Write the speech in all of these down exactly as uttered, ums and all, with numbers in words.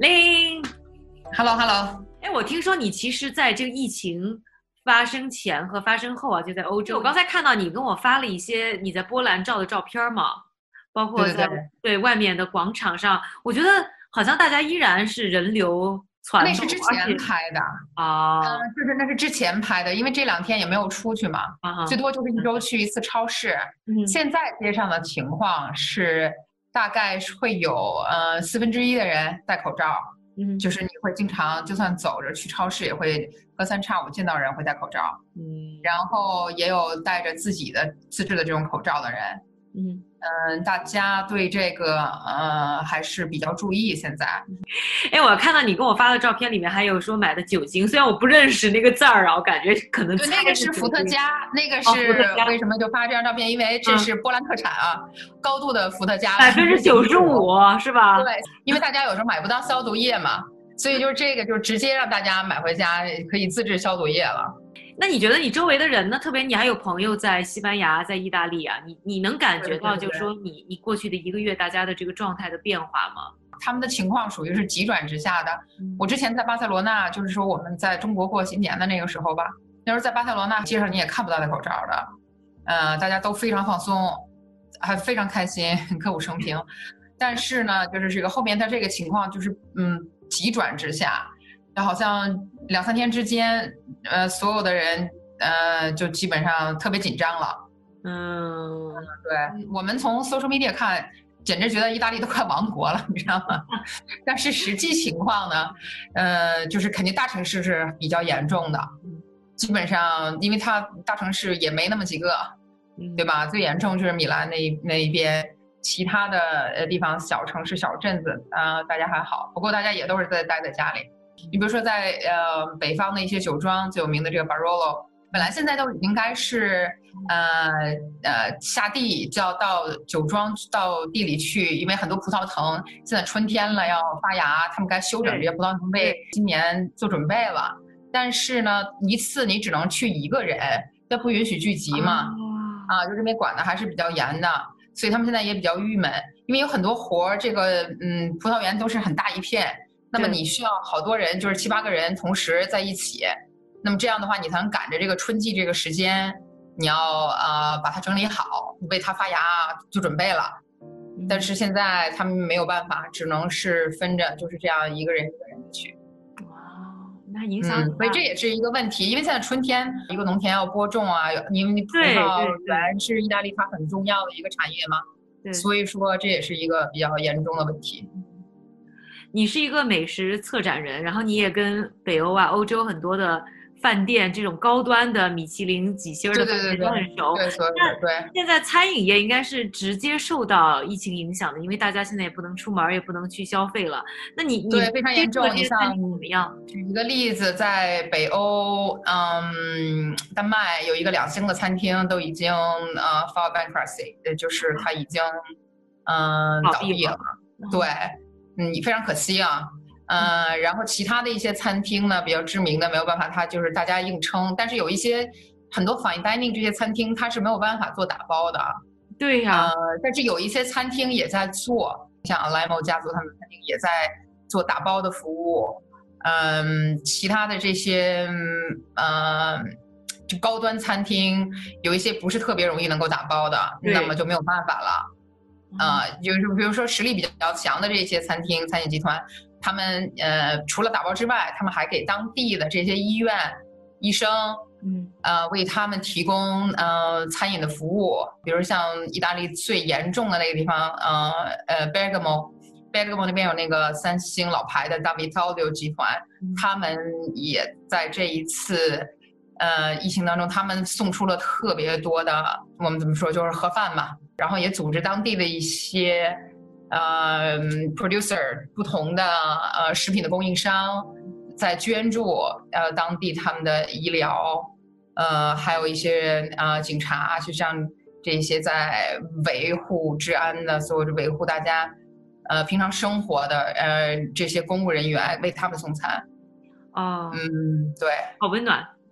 零 Hello Hello， 哎，我听说你其实在这个疫情发生前和发生后啊，就在欧洲。我刚才看到你跟我发了一些你在波兰照的照片嘛，包括在对对对， 对外面的广场上，我觉得好像大家依然是人流攒动， 那是之而且前拍的， 啊嗯，就是那是之前拍的，因为这两天也没有出去嘛， 啊哈最多就是一周去一次超市。 嗯现在街上的情况是，大概是会有呃四分之一的人戴口罩， 嗯就是你会经常就算走着去超市，也会隔三差五见到人会戴口罩， 嗯然后也有戴着自己的自制的这种口罩的人。 嗯。 嗯，大家对这个呃还是比较注意现在。 哎，我看到你跟我发的照片里面还有说买的酒精，虽然我不认识那个字儿啊，我感觉可能对，那猜个是伏特是酒精。 加，那个哦，伏特是加， 为什么就发这张照片？因为这嗯， 是波兰特产啊，高度的伏特加百分之九十五是吧？ 对，因为大家有时候买不到消毒液嘛，所以就是这个就直接让大家买回家，可以自制消毒液了。 那你觉得你周围的人呢？特别你还有朋友在西班牙、在意大利啊，你你能感觉到， 对对对就是说你你过去的一个月大家的这个状态的变化吗？ 他们的情况属于是急转直下的。 嗯我之前在巴塞罗那，就是说我们在中国过新年的那个时候吧，那时候在巴塞罗那街上你也看不到戴口罩的，呃，大家都非常放松，还非常开心，歌舞升平。但是呢，就是这个后面它这个情况就是嗯急转直下，就好像两三天之间，呃，所有的人呃就基本上特别紧张了。 嗯， 对，我们从 social media 看，简直觉得意大利都快亡国了，你知道吗？但是实际情况呢，呃，就是肯定大城市是比较严重的，基本上因为它大城市也没那么几个，对吧？最严重就是米兰那一那一边，其他的呃地方小城市、小镇子啊、呃大家还好，不过大家也都是在待在家里。你比如说在呃北方的一些酒庄最有名的这个 Barolo，本来现在都应该是呃呃下地就要到酒庄到地里去，因为很多葡萄藤现在春天了要发芽，他们该修整这些葡萄藤为今年做准备了。但是呢，一次你只能去一个人，这不允许聚集嘛， 啊， 啊，就这边管的还是比较严的，所以他们现在也比较郁闷，因为有很多活儿，这个嗯葡萄园都是很大一片，那么对你需要好多人，就是七八个人同时在一起。那么这样的话，你才能赶着这个春季这个时间，你要呃把它整理好，为它发芽做准备了。但是现在他们没有办法，只能是分着，就是这样一个人一个人的去。 哇，那影响嗯， 很大。 所以这也是一个问题，因为现在春天一个农田要播种啊，因为葡对萄对对园是意大利它很重要的一个产业嘛， 对， 所以说这也是一个比较严重的问题。 你是一个美食策展人，然后你也跟北欧啊、欧洲很多的饭店这种高端的米其林几星的饭店对对对对都很熟。 对，所有那的对。 现在餐饮业应该是直接受到疫情影响的，因为大家现在也不能出门，也不能去消费了。那你你对，非常严重。 接触的这你像些餐厅怎么样？ 举一个例子，在北欧，嗯，丹麦有一个两星的餐厅都已经呃 file bankruptcy，呃就是它已经嗯、 倒闭了倒闭了。对，嗯，非常可惜啊。呃，然后其他的一些餐厅呢，比较知名的没有办法，它就是大家硬撑。但是有一些很多 fine dining 这些餐厅，它是没有办法做打包的。 对呀、 呃，但是有一些餐厅也在做，像 Alamo 家族他们餐厅也在做打包的服务。嗯，其他的这些呃，就高端餐厅有一些不是特别容易能够打包的， 对那么就没有办法了。啊、就是比如说实力比较强的这些餐厅、餐饮集团，他们呃除了打包之外，他们还给当地的这些医院、医生， 嗯呃，为他们提供呃餐饮的服务，比如像意大利最严重的那个地方，呃呃 Bergamo，Bergamo 那边有那个三星老牌的 David 集团，他们也在这一次呃疫情当中，他们送出了特别多的，我们怎么说就是盒饭嘛，然后也组织当地的一些呃 producer 不同的呃食品的供应商，在捐助呃当地他们的医疗。呃，还有一些呃警察，就像这些在维护治安的，所有的维护大家呃平常生活的呃这些公务人员，为他们送餐。 哦， 嗯，对， 好温暖，嗯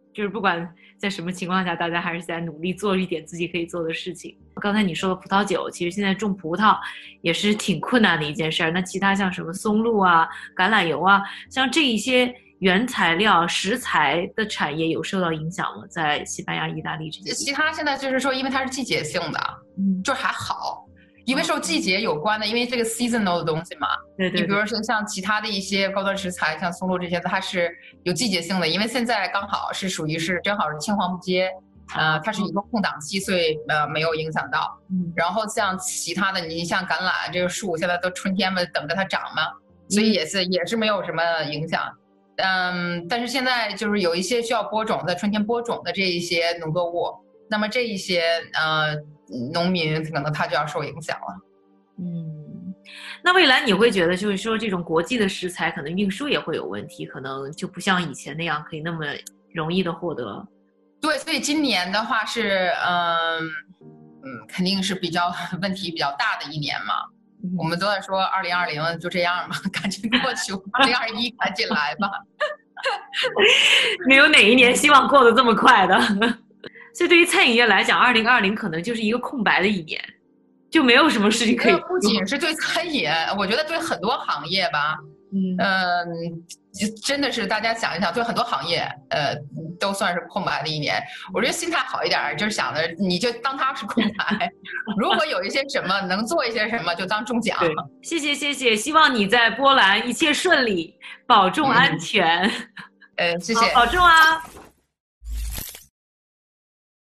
就是不管在什么情况下，大家还是在努力做一点自己可以做的事情。刚才你说的葡萄酒，其实现在种葡萄也是挺困难的一件事儿。那其他像什么松露啊、橄榄油啊，像这一些原材料食材的产业有受到影响吗？在西班牙、意大利这些？ 其他现在就是说，因为它是季节性的， 嗯， 就还好。因为受季节有关的，因为这个 seasonal 的东西嘛， 对对对， 你比如说像其他的一些高端食材，像松露这些，它是有季节性的，因为现在刚好是属于是正好是青黄不接，呃，它是一个空档期，所以呃没有影响到。 嗯， 然后像其他的，你像橄榄这个树，现在都春天嘛，等着它长嘛，所以也是、嗯、也是没有什么影响。嗯，但是现在就是有一些需要播种的春天播种的这一些农作物，那么这一些呃。农民可能他就要受影响了。 嗯，那未来你会觉得就是说这种国际的食材可能运输也会有问题，可能就不像以前那样可以那么容易的获得。 对，所以今年的话是嗯嗯肯定是比较问题比较大的一年嘛。嗯、我们都在说二零二零就这样吧，赶紧过去，二零二一赶紧来吧。 没有哪一年希望过得这么快的。所以对于餐饮业来讲，二零二零可能就是一个空白的一年，就没有什么事情可以。 不仅是对餐饮，我觉得对很多行业吧，嗯、呃，真的是大家想一想，对很多行业，呃，都算是空白的一年。我觉得心态好一点，就是想着你就当它是空白，如果有一些什么能做一些什么，就当中奖。 谢谢谢谢，希望你在波兰一切顺利，保重安全。 嗯、呃，谢谢， 保重啊。